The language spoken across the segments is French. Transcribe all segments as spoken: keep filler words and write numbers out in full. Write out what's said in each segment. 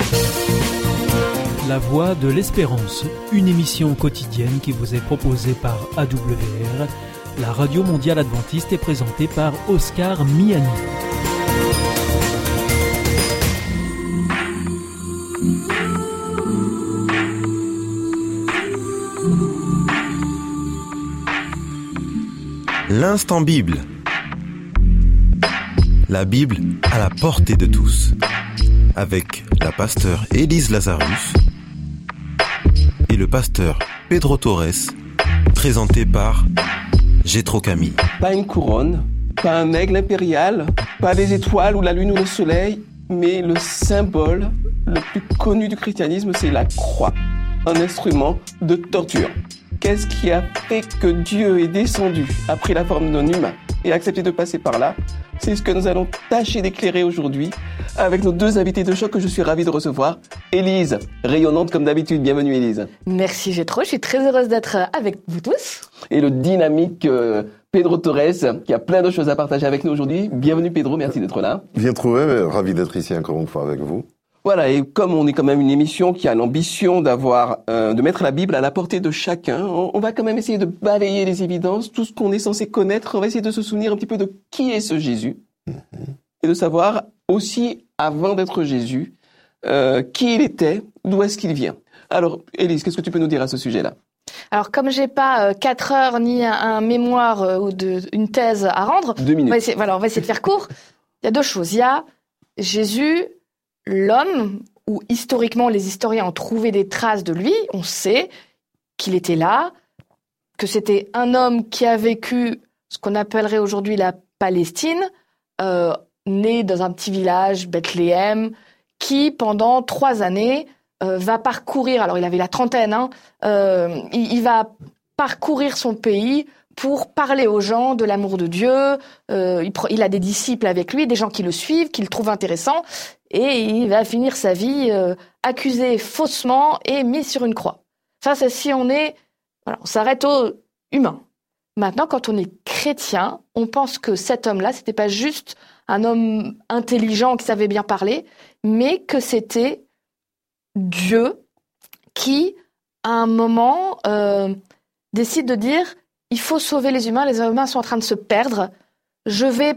La Voix de l'Espérance, une émission quotidienne qui vous est proposée par A W R, la radio mondiale adventiste, est présentée par Oscar Miani. L'instant Bible. La Bible à la portée de tous. Avec la pasteure Élise Lazarus et le pasteur Pedro Torres, présenté par Jétro Camille. Pas une couronne, pas un aigle impérial, pas des étoiles ou la lune ou le soleil, mais le symbole le plus connu du christianisme, c'est la croix, un instrument de torture. Qu'est-ce qui a fait que Dieu est descendu, a pris la forme d'un humain et a accepté de passer par là? C'est ce que nous allons tâcher d'éclairer aujourd'hui avec nos deux invités de choc que je suis ravi de recevoir. Élise, rayonnante comme d'habitude. Bienvenue Élise. Merci Jétro, je suis très heureuse d'être avec vous tous. Et le dynamique euh, Pedro Torres, qui a plein de choses à partager avec nous aujourd'hui. Bienvenue Pedro, merci d'être là. Bien trouvé, ravi d'être ici encore une fois avec vous. Voilà, et comme on est quand même une émission qui a l'ambition d'avoir, euh, de mettre la Bible à la portée de chacun, on, on va quand même essayer de balayer les évidences, tout ce qu'on est censé connaître. On va essayer de se souvenir un petit peu de qui est ce Jésus, mm-hmm. et de savoir aussi, avant d'être Jésus, euh, qui il était, d'où est-ce qu'il vient. Alors, Élise, qu'est-ce que tu peux nous dire à ce sujet-là ? Alors, comme j'ai pas euh, quatre heures ni un, un mémoire euh, ou de, une thèse à rendre, deux minutes. On va essayer, voilà, on va essayer de faire court. Il y a deux choses. Il y a Jésus, l'homme, où historiquement les historiens ont trouvé des traces de lui. On sait qu'il était là, que c'était un homme qui a vécu ce qu'on appellerait aujourd'hui la Palestine, euh, né dans un petit village, Bethléem, qui pendant trois années euh, va parcourir, alors il avait la trentaine, hein, euh, il, il va parcourir son pays pour parler aux gens de l'amour de Dieu. Euh, il, il a des disciples avec lui, des gens qui le suivent, qui le trouvent intéressant, et il va finir sa vie euh, accusé faussement et mis sur une croix. Ça, c'est si on est, voilà, on s'arrête au humain. Maintenant, quand on est chrétien, on pense que cet homme-là, c'était pas juste un homme intelligent qui savait bien parler, mais que c'était Dieu qui, à un moment, euh, décide de dire « il faut sauver les humains, les humains sont en train de se perdre, je vais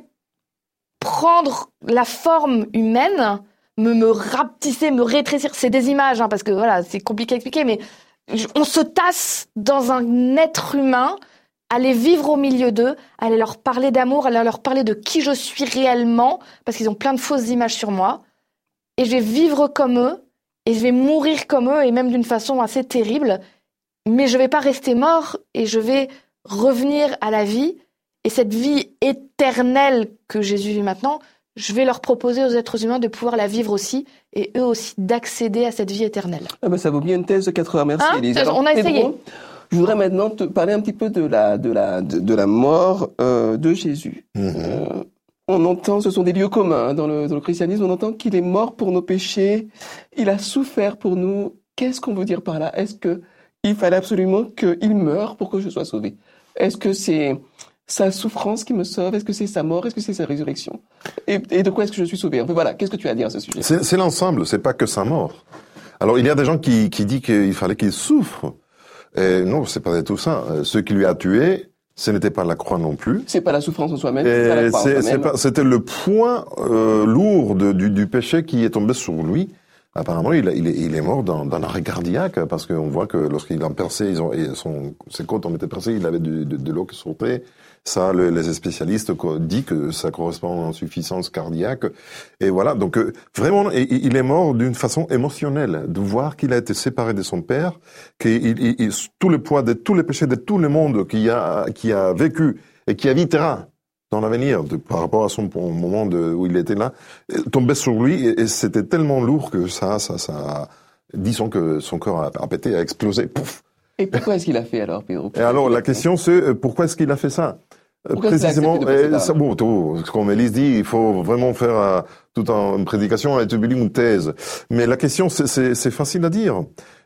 prendre la forme humaine, me, me rapetisser, me rétrécir ». C'est des images, hein, parce que voilà, c'est compliqué à expliquer, mais on se tasse dans un être humain, aller vivre au milieu d'eux, aller leur parler d'amour, aller leur parler de qui je suis réellement, parce qu'ils ont plein de fausses images sur moi, et je vais vivre comme eux, et je vais mourir comme eux, et même d'une façon assez terrible, mais je vais pas rester mort, et je vais revenir à la vie, et cette vie éternelle que Jésus vit maintenant, je vais leur proposer aux êtres humains de pouvoir la vivre aussi, et eux aussi d'accéder à cette vie éternelle. Ah ben ça vaut bien une thèse de quatre heures, merci hein Élise. Alors, on a essayé. Pedro, je voudrais maintenant te parler un petit peu de la de la de, de la mort euh, de Jésus. Mm-hmm. Euh, on entend, ce sont des lieux communs hein, dans le dans le christianisme. On entend qu'il est mort pour nos péchés. Il a souffert pour nous. Qu'est-ce qu'on veut dire par là ? Est-ce que il fallait absolument qu'il meure pour que je sois sauvé ? Est-ce que c'est sa souffrance qui me sauve ? Est-ce que c'est sa mort ? Est-ce que c'est sa résurrection ? Et, et de quoi est-ce que je suis sauvé ? Enfin, voilà. Qu'est-ce que tu as à dire à ce sujet ? C'est, c'est l'ensemble. C'est pas que sa mort. Alors il y a des gens qui qui disent qu'il fallait qu'il souffre. Et non, c'est pas du tout ça. Ce qui lui a tué, ce n'était pas la croix non plus. C'est pas la souffrance en soi-même. Et c'est pas la croix c'est, en soi-même. C'est pas, c'était le poids euh, lourd de, du, du péché qui est tombé sur lui. Apparemment, il, il, est, il est mort dans, dans l'arrêt cardiaque parce qu'on voit que lorsqu'il a percé, ils ont, et son, ses côtes ont été percées, il avait de, de, de l'eau qui sortait. Ça, le, les spécialistes disent que ça correspond à une insuffisance cardiaque. Et voilà, donc euh, vraiment, il est mort d'une façon émotionnelle, de voir qu'il a été séparé de son père, qu'il il, il, tout le poids de tous les péchés de tout le monde qui a, qui a vécu et qui habitera dans l'avenir, de, par rapport à son au moment de, où il était là, tombait sur lui et, et c'était tellement lourd que ça, ça, ça, disons que son corps a, a pété, a explosé, pouf. Et pourquoi est-ce qu'il a fait alors, Pedro ? Et alors la question c'est pourquoi est-ce qu'il a fait ça ? Pourquoi Précisément, et ça, bon, tout, comme Élise dit, il faut vraiment faire euh, toute un, une prédication, établir une thèse. Mais la question, c'est, c'est, c'est facile à dire.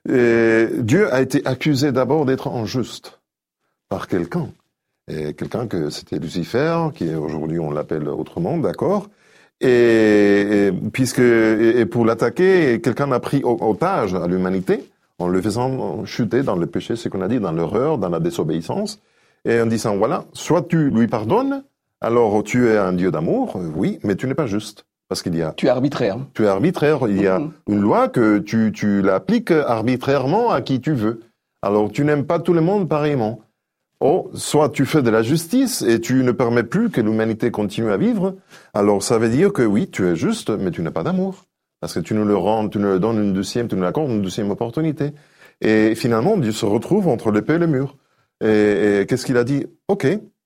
Et Dieu a été accusé d'abord d'être injuste par quelqu'un. Et quelqu'un que c'était Lucifer, qui aujourd'hui on l'appelle autrement, d'accord. Et, et puisque et, et pour l'attaquer, quelqu'un a pris otage à l'humanité en le faisant chuter dans le péché, ce qu'on a dit, dans l'erreur, dans la désobéissance, et en disant voilà, soit tu lui pardonnes, alors tu es un Dieu d'amour, oui, mais tu n'es pas juste. Parce qu'il y a... Tu es arbitraire. Tu es arbitraire. Il y a mmh. une loi que tu, tu l'appliques arbitrairement à qui tu veux. Alors, tu n'aimes pas tout le monde pareillement. Oh, soit tu fais de la justice et tu ne permets plus que l'humanité continue à vivre. Alors, ça veut dire que oui, tu es juste, mais tu n'as pas d'amour. Parce que tu ne le rends, tu ne le donnes une deuxième, tu ne l'accordes une deuxième opportunité. Et finalement, Dieu se retrouve entre l'épée et le mur. Et, et qu'est-ce qu'il a dit? Ok,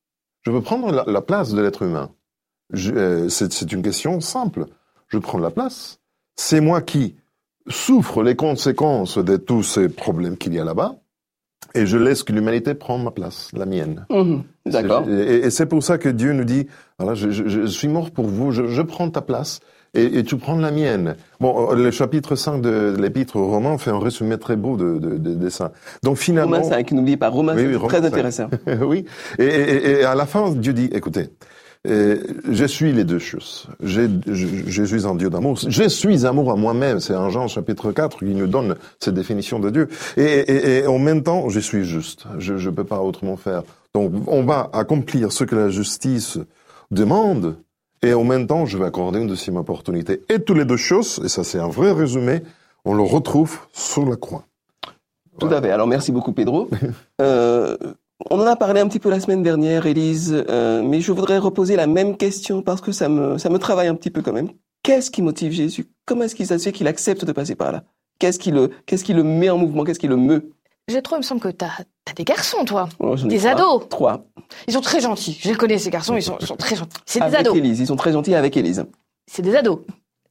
je veux prendre la, la place de l'être humain. Je, euh, c'est, c'est une question simple. Je prends la place. C'est moi qui souffre les conséquences de tous ces problèmes qu'il y a là-bas, et je laisse que l'humanité prenne ma place, la mienne. Mmh, d'accord. Et, et c'est pour ça que Dieu nous dit, voilà, je, je, je suis mort pour vous, je, je prends ta place, et, et tu prends la mienne. Bon, le chapitre cinq de l'Épître aux Romains fait un résumé très beau de, de, de, de ça. Donc finalement... Romains cinq, n'oubliez pas, Romains oui, cinq, oui, c'est très Romains intéressant. Oui, et, et, et à la fin, Dieu dit, écoutez, Euh, je suis les deux choses. Je, je, je suis un Dieu d'amour. Je suis amour à moi-même. C'est en Jean chapitre quatre qui nous donne cette définition de Dieu. Et, et, et en même temps, je suis juste. Je ne peux pas autrement faire. Donc, on va accomplir ce que la justice demande. Et en même temps, je vais accorder une deuxième opportunité. Et toutes les deux choses, et ça c'est un vrai résumé, on le retrouve sur la croix. Tout voilà. à fait. Alors, merci beaucoup, Pedro. euh, On en a parlé un petit peu la semaine dernière, Élise, euh, mais je voudrais reposer la même question parce que ça me ça me travaille un petit peu quand même. Qu'est-ce qui motive Jésus? Comment est-ce qu'il se fait qu'il accepte de passer par là? Qu'est-ce qui le qu'est-ce qui le met en mouvement? Qu'est-ce qui le meut? J'ai trop, il me semble que t'as t'as des garçons, toi, oh, des trois. ados. Trois. Ils sont très gentils. Je les connais ces garçons, ils sont, ils sont très gentils. C'est avec des ados. Élise, ils sont très gentils avec Élise. C'est des ados.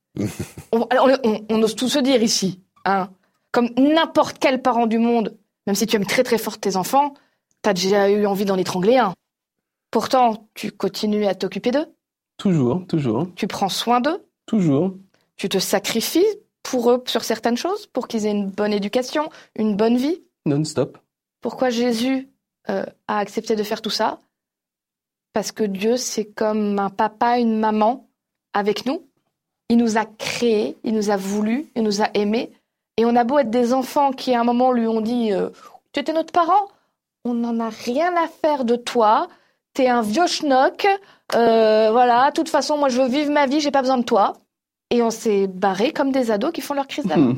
on, on, on, on ose tout se dire ici, hein. Comme n'importe quel parent du monde, même si tu aimes très très fort tes enfants. T'as déjà eu envie d'en étrangler un. Pourtant, tu continues à t'occuper d'eux. Toujours, toujours. Tu prends soin d'eux. Toujours. Tu te sacrifies pour eux sur certaines choses, pour qu'ils aient une bonne éducation, une bonne vie. Non-stop. Pourquoi Jésus euh, a accepté de faire tout ça? Parce que Dieu, c'est comme un papa, une maman avec nous. Il nous a créés, il nous a voulu, il nous a aimés. Et on a beau être des enfants qui, à un moment, lui ont dit euh, « Tu étais notre parent ?» On n'en a rien à faire de toi, t'es un vieux schnock, euh, voilà, de toute façon, moi je veux vivre ma vie, j'ai pas besoin de toi. Et on s'est barrés comme des ados qui font leur crise d'amour.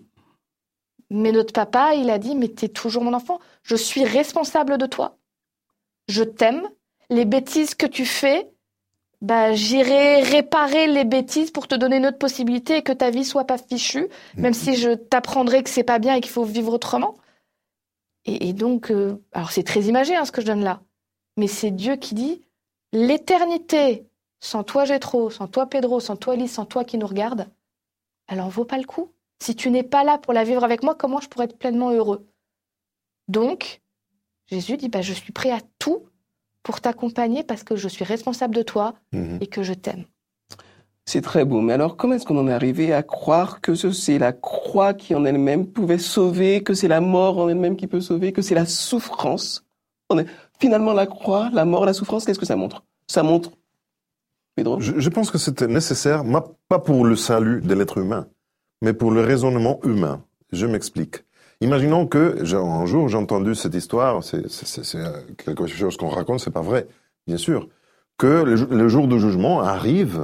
Mais notre papa, il a dit, mais t'es toujours mon enfant, je suis responsable de toi. Je t'aime, les bêtises que tu fais, bah, j'irai réparer les bêtises pour te donner une autre possibilité et que ta vie soit pas fichue, même si je t'apprendrai que c'est pas bien et qu'il faut vivre autrement. Et, et donc, euh, alors c'est très imagé hein, ce que je donne là, mais c'est Dieu qui dit « L'éternité, sans toi Jétro, sans toi Pedro, sans toi Élise, sans toi qui nous regarde, elle en vaut pas le coup. Si tu n'es pas là pour la vivre avec moi, comment je pourrais être pleinement heureux ?» Donc, Jésus dit bah, « Je suis prêt à tout pour t'accompagner parce que je suis responsable de toi mmh. et que je t'aime. » C'est très beau, mais alors comment est-ce qu'on en est arrivé à croire que c'est la croix qui en elle-même pouvait sauver, que c'est la mort en elle-même qui peut sauver, que c'est la souffrance? On est... Finalement, la croix, la mort, la souffrance, qu'est-ce que ça montre? Ça montre, Pedro? Je, je pense que c'était nécessaire, pas pour le salut de l'être humain, mais pour le raisonnement humain. Je m'explique. Imaginons que, un jour, j'ai entendu cette histoire, c'est, c'est, c'est quelque chose qu'on raconte, c'est pas vrai, bien sûr, que le, le jour du jugement arrive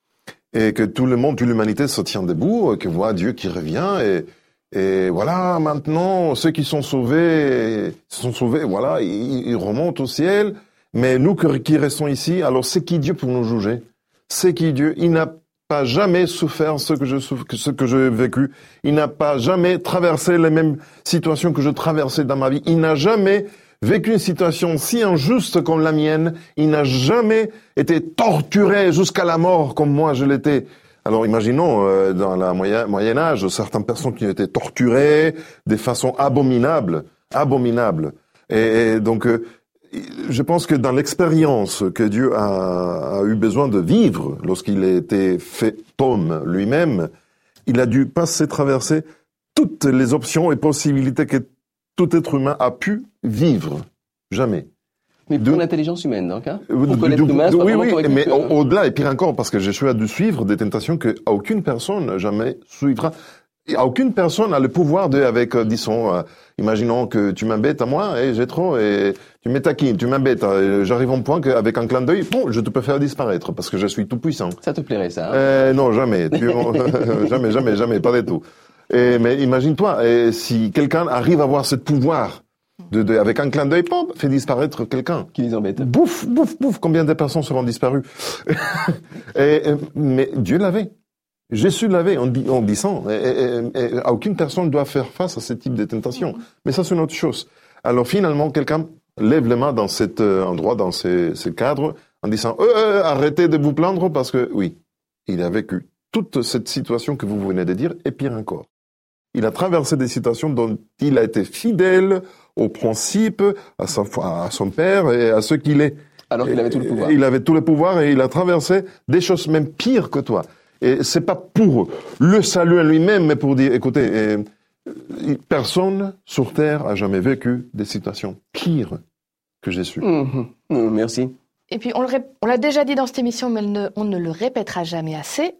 et que tout le monde, toute l'humanité se tient debout, que voit Dieu qui revient, et, et voilà, maintenant, ceux qui sont sauvés, sont sauvés, voilà, ils, ils remontent au ciel, mais nous qui restons ici, alors c'est qui Dieu pour nous juger? C'est qui Dieu? Il n'a pas jamais souffert ce que je souffre, ce que j'ai vécu. Il n'a pas jamais traversé les mêmes situations que je traversais dans ma vie. Il n'a jamais vécu une situation si injuste comme la mienne. Il n'a jamais été torturé jusqu'à la mort comme moi je l'étais. Alors imaginons, euh, dans la moyen, Moyen-Âge, certaines personnes qui ont été torturées de façon abominable, abominable. Et, et donc, euh, je pense que dans l'expérience que Dieu a, a eu besoin de vivre lorsqu'il a été fait homme lui-même, il a dû passer, traverser toutes les options et possibilités que tout être humain a pu vivre. Jamais. Mais pour de, l'intelligence humaine, donc, hein Euh, Pour de- connaître de- l'humain, de- c'est oui, vraiment oui, correct mais que- au- au-delà, et pire encore, parce que je suis à de suivre des tentations que à aucune personne jamais suivra. Et à aucune personne a le pouvoir de, avec, euh, disons, euh, imaginons que tu m'embêtes à moi, et j'ai trop, et tu m'étaquines, tu m'embêtes, euh, j'arrive à un point qu'avec un clin d'œil, bon, je te peux faire disparaître, parce que je suis tout puissant. Ça te plairait, ça hein Euh, non, jamais. Tu- jamais, jamais, jamais, pas du tout. Et, mais imagine-toi, et si quelqu'un arrive à avoir ce pouvoir, de, de, avec un clin d'œil, pom, fait disparaître quelqu'un. Qui les embête. Bouf, bouf, bouf, combien de personnes seront disparues et, et, mais Dieu l'avait. Jésus l'avait en, dit, en disant, et, et, et, aucune personne ne doit faire face à ce type de tentation. Mais ça, c'est une autre chose. Alors finalement, quelqu'un lève les mains dans cet euh, endroit, dans ce, ce cadre, en disant, euh, euh, arrêtez de vous plaindre, parce que oui, il a vécu toute cette situation que vous venez de dire, et pire encore. Il a traversé des situations dont il a été fidèle aux principes, à, sa, à son père et à ce qu'il est. Alors qu'il avait tout le pouvoir. Il avait tout le pouvoir et il a traversé des choses même pires que toi. Et c'est pas pour le salut en lui-même, mais pour dire, écoutez, euh, personne sur terre a jamais vécu des situations pires que Jésus. Mmh, mmh, merci. Et puis, on, le rép- on l'a déjà dit dans cette émission, mais ne- on ne le répétera jamais assez.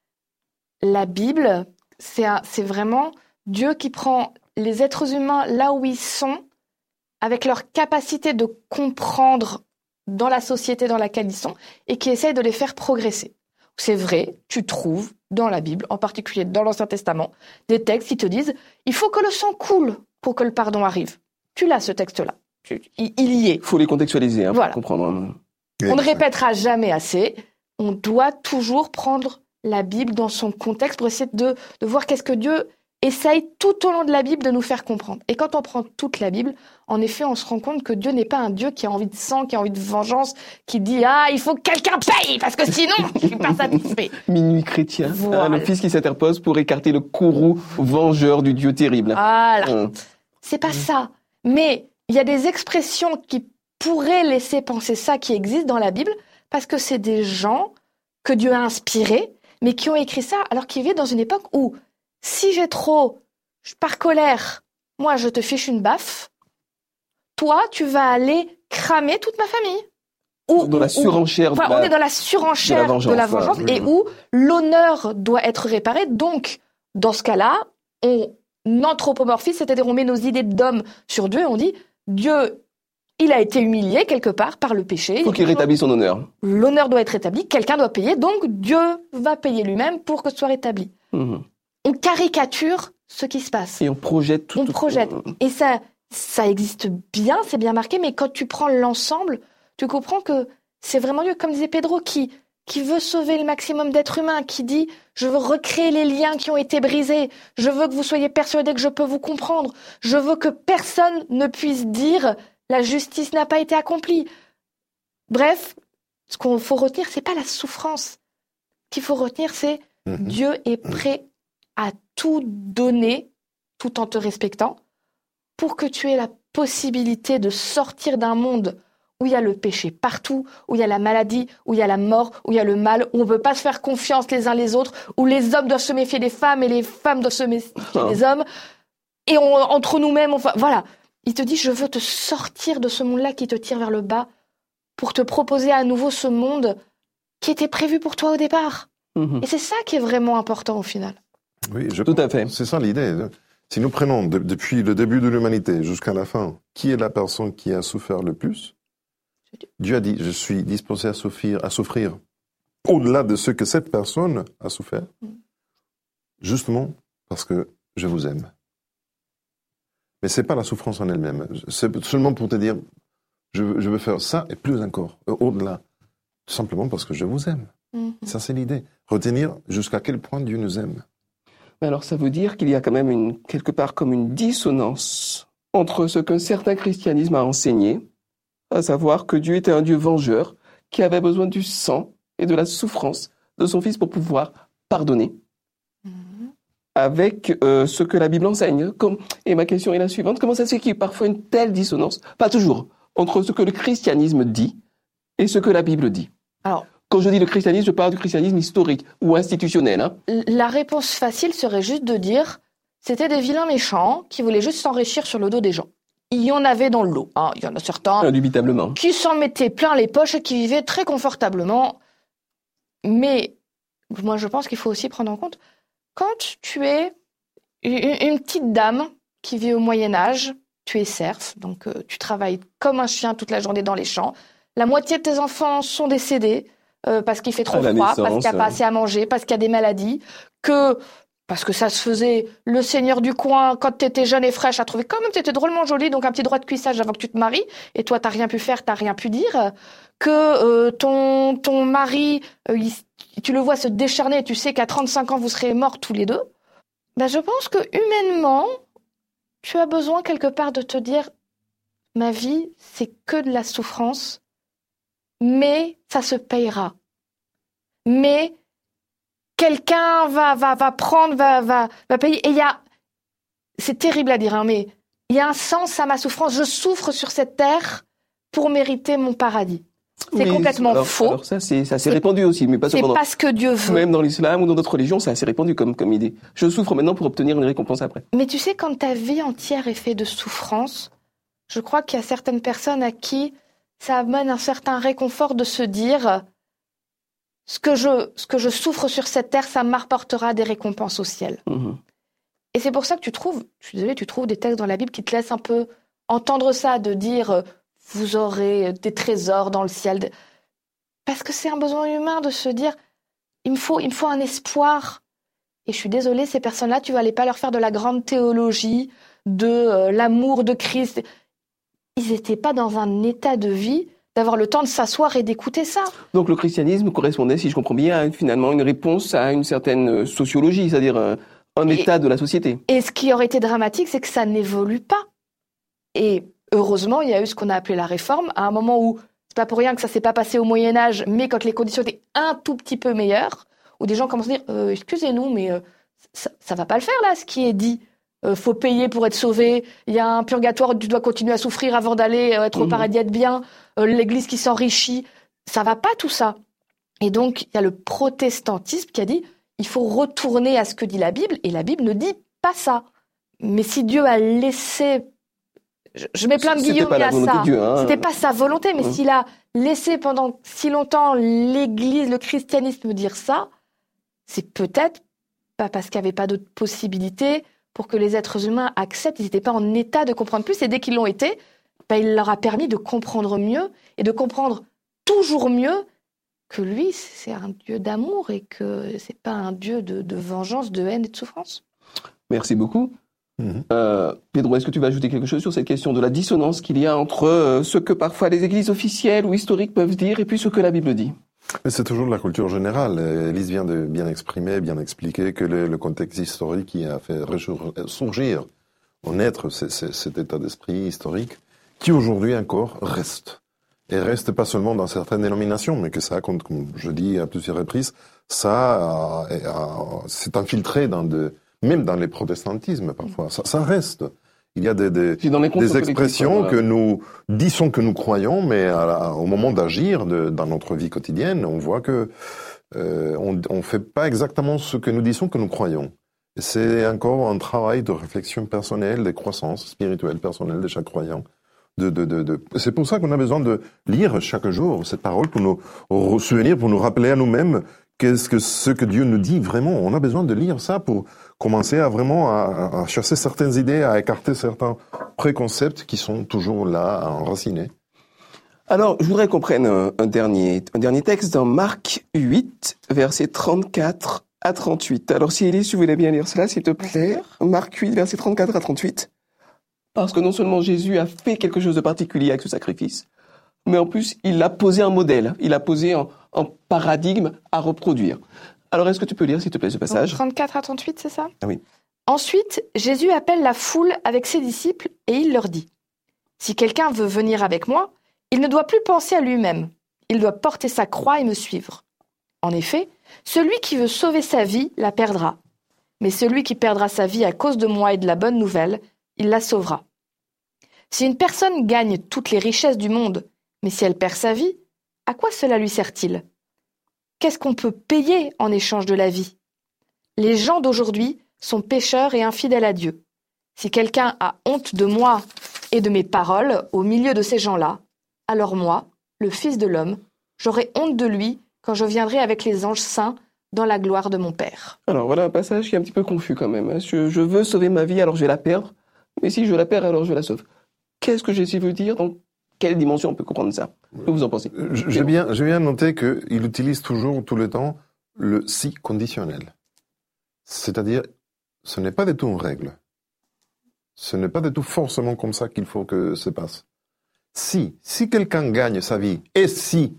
La Bible, c'est, un- c'est vraiment Dieu qui prend les êtres humains là où ils sont, avec leur capacité de comprendre dans la société dans laquelle ils sont, et qui essaye de les faire progresser. C'est vrai, tu trouves dans la Bible, en particulier dans l'Ancien Testament, des textes qui te disent « il faut que le sang coule pour que le pardon arrive ». Tu l'as, ce texte-là. Tu- il, il y est. Il faut les contextualiser hein, Voilà. pour comprendre. On ne répétera jamais assez. On doit toujours prendre la Bible dans son contexte pour essayer de, de voir qu'est-ce que Dieu essaye tout au long de la Bible de nous faire comprendre. Et quand on prend toute la Bible, en effet, on se rend compte que Dieu n'est pas un Dieu qui a envie de sang, qui a envie de vengeance, qui dit « Ah, il faut que quelqu'un paye, parce que sinon, je suis pas satisfait. » Minuit chrétien, Voilà. hein, le fils qui s'interpose pour écarter le courroux vengeur du Dieu terrible. Voilà. Hum. C'est pas ça. Mais il y a des expressions qui pourraient laisser penser ça qui existent dans la Bible, parce que c'est des gens que Dieu a inspirés, mais qui ont écrit ça alors qu'ils vivaient dans une époque où, si j'ai trop, je par colère, moi je te fiche une baffe, toi tu vas aller cramer toute ma famille. Ou, Dans la ou- surenchère. Enfin, de la- on est dans la surenchère de la vengeance, de la voilà. vengeance et où l'honneur doit être réparé. Donc, dans ce cas-là, on anthropomorphise, c'est-à-dire on met nos idées d'homme sur Dieu et on dit Dieu, il a été humilié quelque part par le péché. Il faut qu'il rétablisse son honneur. L'honneur doit être rétabli, quelqu'un doit payer, donc Dieu va payer lui-même pour que ce soit rétabli. Hum. On caricature ce qui se passe. Et on projette tout. On tout- projette. Et ça, ça existe bien, c'est bien marqué, mais quand tu prends l'ensemble, tu comprends que c'est vraiment Dieu, comme disait Pedro, qui, qui veut sauver le maximum d'êtres humains, qui dit « Je veux recréer les liens qui ont été brisés, je veux que vous soyez persuadés que je peux vous comprendre, je veux que personne ne puisse dire « La justice n'a pas été accomplie ». Bref, ce qu'il faut retenir, c'est pas la souffrance. Ce qu'il faut retenir, c'est Mhm. Dieu est prêt à tout donner, tout en te respectant, pour que tu aies la possibilité de sortir d'un monde où il y a le péché partout, où il y a la maladie, où il y a la mort, où il y a le mal, où on ne peut pas se faire confiance les uns les autres, où les hommes doivent se méfier des femmes et les femmes doivent se méfier des hommes, et on, entre nous-mêmes, enfin, voilà. Il te dit, je veux te sortir de ce monde-là qui te tire vers le bas pour te proposer à nouveau ce monde qui était prévu pour toi au départ. Mhm. Et c'est ça qui est vraiment important au final. Oui, je Tout à fait. C'est ça l'idée. Si nous prenons de- depuis le début de l'humanité jusqu'à la fin, qui est la personne qui a souffert le plus? C'est Dieu. Dieu a dit, je suis disposé à souffrir, à souffrir au-delà de ce que cette personne a souffert, Mm. justement parce que je vous aime. Mais c'est pas la souffrance en elle-même. C'est seulement pour te dire, je, veux- je veux faire ça et plus encore, euh, au-delà. Tout simplement parce que je vous aime. Mhm. Ça, c'est l'idée. Retenir jusqu'à quel point Dieu nous aime. Mais alors ça veut dire qu'il y a quand même une, quelque part comme une dissonance entre ce qu'un certain christianisme a enseigné, à savoir que Dieu était un Dieu vengeur qui avait besoin du sang et de la souffrance de son Fils pour pouvoir pardonner, Mhm. avec euh, ce que la Bible enseigne. Comme, et ma question est la suivante, comment ça se fait qu'il y ait parfois une telle dissonance, pas toujours, entre ce que le christianisme dit et ce que la Bible dit? Alors, Quand je dis le christianisme, je parle du christianisme historique ou institutionnel. Hein. la réponse facile serait juste de dire c'était des vilains méchants qui voulaient juste s'enrichir sur le dos des gens. il y en avait dans le lot. Hein. Il y en a certains Indubitablement. qui s'en mettaient plein les poches et qui vivaient très confortablement. Mais moi, je pense qu'il faut aussi prendre en compte, quand tu es une, une petite dame qui vit au Moyen-Âge, tu es serf, donc euh, tu travailles comme un chien toute la journée dans les champs. La moitié de tes enfants sont décédés euh, parce qu'il fait trop froid, naissance, parce qu'il n'y a pas assez à manger, parce qu'il y a des maladies, que... Parce que ça se faisait, le seigneur du coin, quand t'étais jeune et fraîche, a trouvé quand même t'étais drôlement jolie, donc un petit droit de cuissage avant que tu te maries, et toi t'as rien pu faire, t'as rien pu dire, que euh, ton ton mari, euh, il, tu le vois se décharner, tu sais qu'à trente-cinq ans vous serez morts tous les deux. Ben je pense que humainement, tu as besoin quelque part de te dire, ma vie c'est que de la souffrance, mais ça se payera. Mais quelqu'un va, va, va prendre, va, va, va payer. Et il y a, c'est terrible à dire, hein, mais il y a un sens à ma souffrance. Je souffre sur cette terre pour mériter mon paradis. C'est mais complètement alors, faux. Alors ça, c'est, c'est assez répandu aussi, mais pas c'est seulement. C'est pas ce que Dieu veut. Même dans l'islam ou dans d'autres religions, c'est assez répandu comme, comme idée. Je souffre maintenant pour obtenir une récompense après. Mais tu sais, quand ta vie entière est faite de souffrance, je crois qu'il y a certaines personnes à qui ça amène un certain réconfort de se dire... Ce que, je, ce que je souffre sur cette terre, ça m'apportera des récompenses au ciel. Mmh. Et c'est pour ça que tu trouves, je suis désolée, tu trouves des textes dans la Bible qui te laissent un peu entendre ça, de dire euh, vous aurez des trésors dans le ciel. Parce que c'est un besoin humain de se dire il me faut, il me faut un espoir. Et je suis désolée, ces personnes-là, tu vas aller pas leur faire de la grande théologie, de euh, l'amour de Christ. Ils n'étaient pas dans un état de vie d'avoir le temps de s'asseoir et d'écouter ça. Donc le christianisme correspondait, si je comprends bien, à finalement une réponse à une certaine sociologie, c'est-à-dire un, un état et, de la société. Et ce qui aurait été dramatique, c'est que ça n'évolue pas. Et heureusement, il y a eu ce qu'on a appelé la réforme, à un moment où, c'est pas pour rien que ça s'est pas passé au Moyen-Âge, mais quand les conditions étaient un tout petit peu meilleures, où des gens commencent à dire euh, « excusez-nous, mais euh, ça, ça va pas le faire là, ce qui est dit. Euh, faut payer pour être sauvé. Il y a un purgatoire où tu dois continuer à souffrir avant d'aller euh, être mmh. au paradis, être bien. Euh, L'Église qui s'enrichit. Ça va pas tout ça. » Et donc, il y a le protestantisme qui a dit il faut retourner à ce que dit la Bible. Et la Bible ne dit pas ça. Mais si Dieu a laissé... Je, je mets plein de guillemets à ça. Dieu, hein. C'était pas sa volonté. Mais mmh. s'il a laissé pendant si longtemps l'Église, le christianisme dire ça, c'est peut-être pas parce qu'il n'y avait pas d'autres possibilités pour que les êtres humains acceptent. Ils n'étaient pas en état de comprendre plus. Et dès qu'ils l'ont été, ben, il leur a permis de comprendre mieux et de comprendre toujours mieux que lui, c'est un Dieu d'amour et que c'est pas un Dieu de, de vengeance, de haine et de souffrance. Merci beaucoup. Mmh. Euh, Pedro, est-ce que tu vas ajouter quelque chose sur cette question de la dissonance qu'il y a entre euh, ce que parfois les églises officielles ou historiques peuvent dire et puis ce que la Bible dit ? Mais c'est toujours de la culture générale. Élise vient de bien exprimer, bien expliquer que le, le contexte historique qui a fait surgir au naître c- c- cet état d'esprit historique qui aujourd'hui encore reste. Et reste pas seulement dans certaines dénominations, mais que ça, comme, comme je dis à plusieurs reprises, ça euh, euh, s'est infiltré dans de, même dans les protestantismes parfois. Ça, ça reste. Il y a des, des, des expressions que nous disons que nous croyons, mais à la, au moment d'agir de, dans notre vie quotidienne, on voit que euh, on, on fait pas exactement ce que nous disons que nous croyons. Et c'est encore un travail de réflexion personnelle, de croissance spirituelle personnelle de chaque croyant. De, de, de, de... C'est pour ça qu'on a besoin de lire chaque jour cette parole pour nous souvenir, pour nous rappeler à nous-mêmes qu'est-ce que ce que Dieu nous dit vraiment. On a besoin de lire ça pour commencer à vraiment à, à chasser certaines idées, à écarter certains préconcepts qui sont toujours là, enracinés. Alors, je voudrais qu'on prenne un, un dernier, un dernier texte dans Marc huit, versets trente-quatre à trente-huit. Alors, si Élise, tu voulais bien lire cela, s'il te plaît. Marc huit, versets trente-quatre à trente-huit. Parce que non seulement Jésus a fait quelque chose de particulier avec ce sacrifice, mais en plus, il a posé un modèle, il a posé un, un paradigme à reproduire. Alors, est-ce que tu peux lire, s'il te plaît, ce passage ? trente-quatre à trente-huit, c'est ça ? Ah oui. Ensuite, Jésus appelle la foule avec ses disciples et il leur dit « Si quelqu'un veut venir avec moi, il ne doit plus penser à lui-même. Il doit porter sa croix et me suivre. En effet, celui qui veut sauver sa vie la perdra. Mais celui qui perdra sa vie à cause de moi et de la bonne nouvelle, il la sauvera. Si une personne gagne toutes les richesses du monde, mais si elle perd sa vie, à quoi cela lui sert-il ? Qu'est-ce qu'on peut payer en échange de la vie ? Les gens d'aujourd'hui sont pécheurs et infidèles à Dieu. Si quelqu'un a honte de moi et de mes paroles au milieu de ces gens-là, alors moi, le Fils de l'homme, j'aurai honte de lui quand je viendrai avec les anges saints dans la gloire de mon Père. Alors voilà un passage qui est un petit peu confus quand même. Je, je veux sauver ma vie, alors je vais la perdre. Mais si je la perds, alors je la sauve. Qu'est-ce que Jésus veut dire? Dans quelle dimension on peut comprendre ça? Que vous en pensez? J'ai bien, j'ai bien noté qu'il utilise toujours, tout le temps, le si conditionnel. C'est-à-dire, ce n'est pas du tout une règle. Ce n'est pas du tout forcément comme ça qu'il faut que ça passe. Si, si quelqu'un gagne sa vie, et si,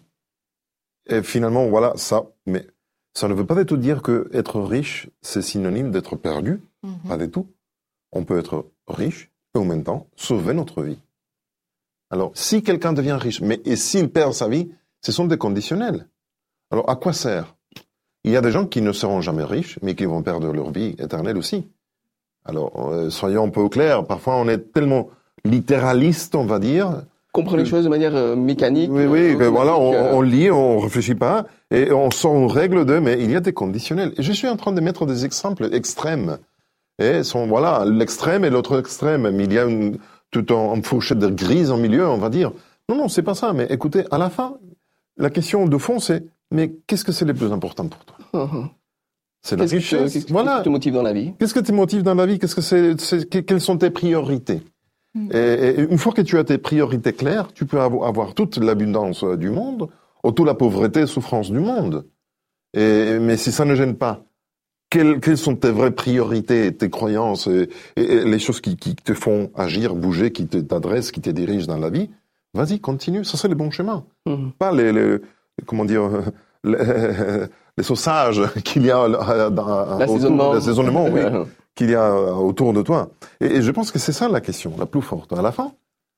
et finalement, voilà, ça, mais ça ne veut pas du tout dire que être riche, c'est synonyme d'être perdu. Mm-hmm. Pas du tout. On peut être riche et en même temps sauver notre vie. Alors, si quelqu'un devient riche, mais et s'il perd sa vie, ce sont des conditionnels. Alors, à quoi sert? Il y a des gens qui ne seront jamais riches, mais qui vont perdre leur vie éternelle aussi. Alors, euh, soyons un peu clairs, parfois on est tellement littéraliste, on va dire. Comprend les choses de manière euh, mécanique. Oui, oui, euh, voilà, on, euh... on lit, on réfléchit pas, et on sort une règle de, mais il y a des conditionnels. Et je suis en train de mettre des exemples extrêmes. Et sont, voilà, l'extrême et l'autre extrême, mais il y a une, tout en, en fourchette de grise en milieu, on va dire. Non, non, c'est pas ça, mais écoutez, à la fin, la question de fond, c'est, mais qu'est-ce que c'est le plus important pour toi? Uh-huh. C'est la qu'est-ce richesse. Que, qu'est-ce voilà. qui te motive dans la vie? Qu'est-ce que te motive dans la vie? Qu'est-ce que c'est, c'est quelles sont tes priorités? Mm. Et, et une fois que tu as tes priorités claires, tu peux avoir toute l'abondance du monde, ou toute la pauvreté, souffrance du monde. Et, mais si ça ne gêne pas, quelles, quelles sont tes vraies priorités, tes croyances, et, et, et les choses qui, qui te font agir, bouger, qui te, t'adressent, qui te dirigent dans la vie? Vas-y, continue. Ça, c'est le bon chemin. Mm. Pas les, les, comment dire, les, les sausages qu'il y a dans l'assaisonnement, l'assaisonnement, oui, qu'il y a autour de toi. Et, et je pense que c'est ça la question, la plus forte. À la fin,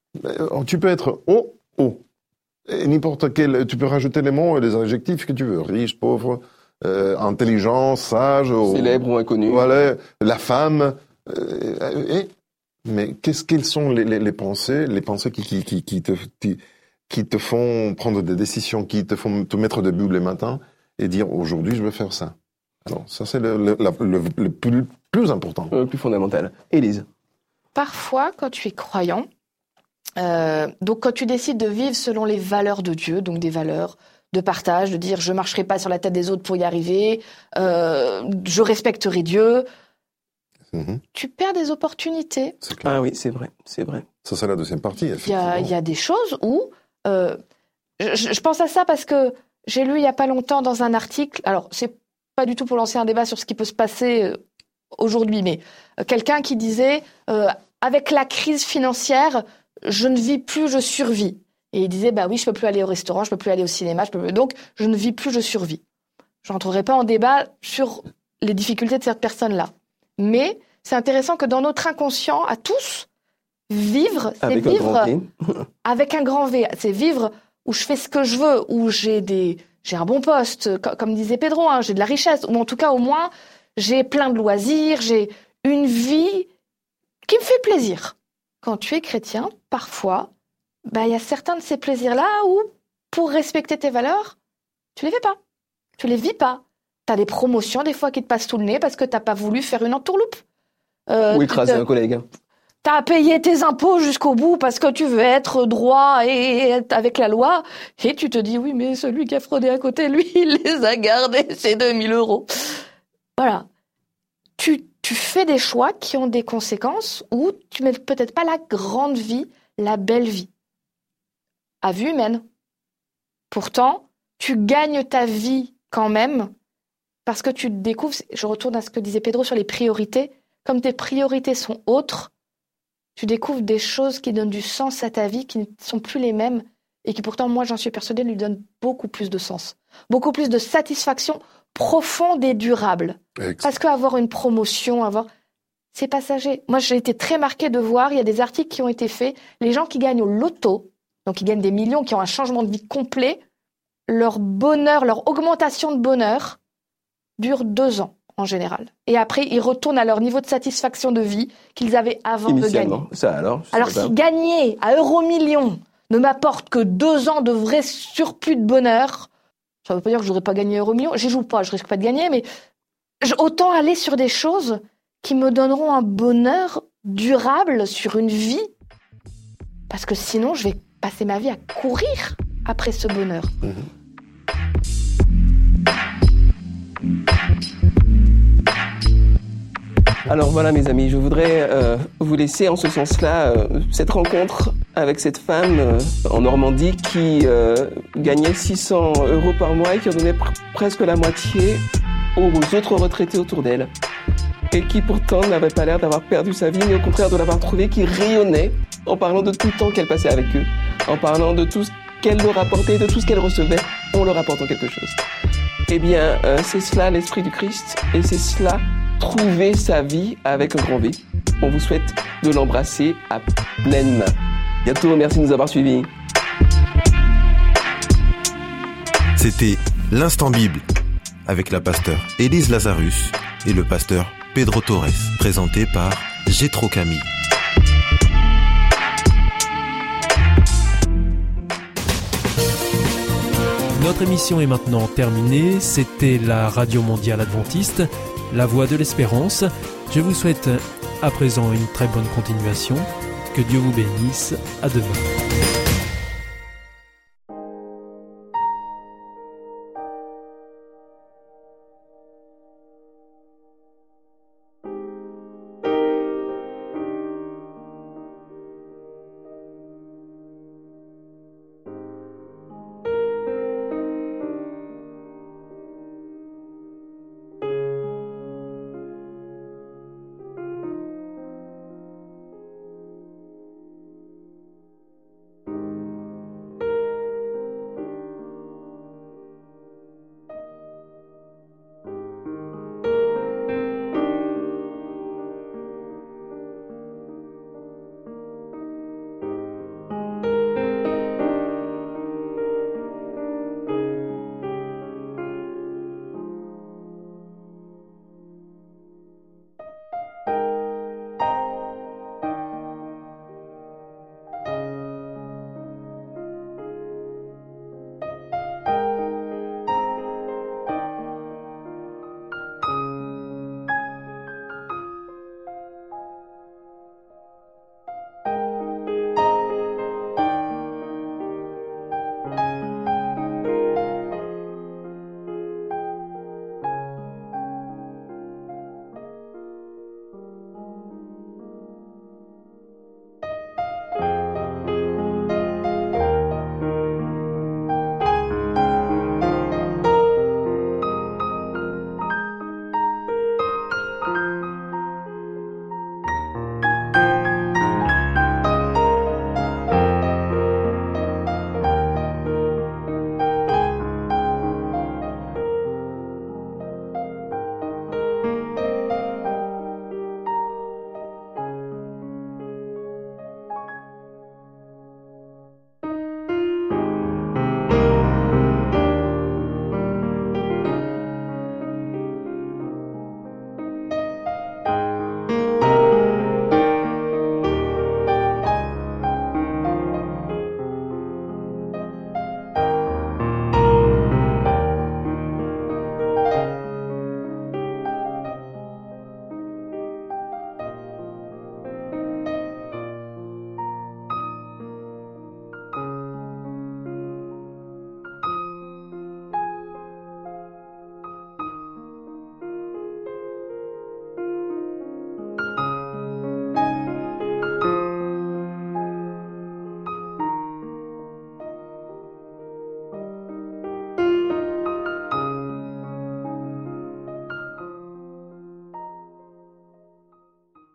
tu peux être haut, haut. Et n'importe quel, tu peux rajouter les mots et les adjectifs que tu veux. Riche, pauvre, euh, intelligent, sage. Célèbre ou, ou inconnu. Voilà, la femme. Euh, et, mais qu'est-ce quelles sont les, les, les pensées, les pensées qui, qui, qui, qui te, qui, qui te font prendre des décisions, qui te font te mettre debout les matins et dire aujourd'hui je vais faire ça. Alors ça c'est le, le, le, le plus, plus important. Le plus fondamental. Élise. Parfois quand tu es croyant, euh, donc quand tu décides de vivre selon les valeurs de Dieu, donc des valeurs de partage, de dire je marcherai pas sur la tête des autres pour y arriver, euh, je respecterai Dieu, mmh. tu perds des opportunités. C'est clair. Ah oui, c'est vrai, c'est vrai. Ça c'est la deuxième partie. Il y a, il y a des choses où euh, je, je pense à ça parce que j'ai lu il y a pas longtemps dans un article, alors c'est pas du tout pour lancer un débat sur ce qui peut se passer aujourd'hui, mais quelqu'un qui disait euh, avec la crise financière, je ne vis plus, je survis. Et il disait bah oui, je peux plus aller au restaurant, je peux plus aller au cinéma, je peux plus... donc je ne vis plus, je survis. Je rentrerai pas en débat sur les difficultés de cette personne-là, mais c'est intéressant que dans notre inconscient à tous, vivre, c'est avec vivre un avec un grand V, c'est vivre où je fais ce que je veux, où j'ai des, j'ai un bon poste, comme, comme disait Pedro, hein, j'ai de la richesse, ou en tout cas au moins j'ai plein de loisirs, j'ai une vie qui me fait plaisir. Quand tu es chrétien, parfois, bah il y a certains de ces plaisirs-là où, pour respecter tes valeurs, tu les fais pas, tu les vis pas. T'as des promotions des fois qui te passent sous le nez parce que t'as pas voulu faire une entourloupe. Euh, ou écraser te... un collègue. T'as payé tes impôts jusqu'au bout parce que tu veux être droit et être avec la loi. Et tu te dis, oui, mais celui qui a fraudé à côté, lui, il les a gardés, ces deux mille euros. Voilà. Tu, tu fais des choix qui ont des conséquences où tu mets peut-être pas la grande vie, la belle vie. À vue humaine. Pourtant, tu gagnes ta vie quand même parce que tu découvres, je retourne à ce que disait Pedro sur les priorités, comme tes priorités sont autres, tu découvres des choses qui donnent du sens à ta vie, qui ne sont plus les mêmes, et qui pourtant, moi, j'en suis persuadée, lui donnent beaucoup plus de sens. Beaucoup plus de satisfaction profonde et durable. Excellent. Parce qu'avoir une promotion, avoir... c'est passager. Moi, j'ai été très marquée de voir, il y a des articles qui ont été faits, les gens qui gagnent au loto, donc qui gagnent des millions, qui ont un changement de vie complet, leur bonheur, leur augmentation de bonheur dure deux ans. En général. Et après, ils retournent à leur niveau de satisfaction de vie qu'ils avaient avant de gagner. Ça alors. Alors, si gagner à Euromillions ne m'apporte que deux ans de vrai surplus de bonheur, ça ne veut pas dire que je n'aurais pas gagné Euromillions. J'y joue pas, je risque pas de gagner, mais autant aller sur des choses qui me donneront un bonheur durable sur une vie. parce que sinon je vais passer ma vie à courir après ce bonheur. Mmh. Alors voilà mes amis, je voudrais euh, vous laisser en ce sens-là euh, cette rencontre avec cette femme euh, en Normandie qui euh, gagnait six cents euros par mois et qui en donnait pr- presque la moitié aux autres retraités autour d'elle. Et qui pourtant n'avait pas l'air d'avoir perdu sa vie, mais au contraire de l'avoir trouvé, qui rayonnait en parlant de tout le temps qu'elle passait avec eux, en parlant de tout ce qu'elle leur apportait, de tout ce qu'elle recevait, en leur apportant quelque chose. Eh bien, euh, c'est cela l'Esprit du Christ, et c'est cela trouver sa vie avec un grand V. On vous souhaite de l'embrasser à pleine main. Bientôt, merci de nous avoir suivis. C'était l'Instant Bible avec la pasteure Élise Lazarus et le pasteur Pedro Torres, présenté par Gétro Camille. Notre émission est maintenant terminée. C'était la Radio Mondiale Adventiste, la voix de l'espérance. Je vous souhaite à présent une très bonne continuation. Que Dieu vous bénisse. À demain.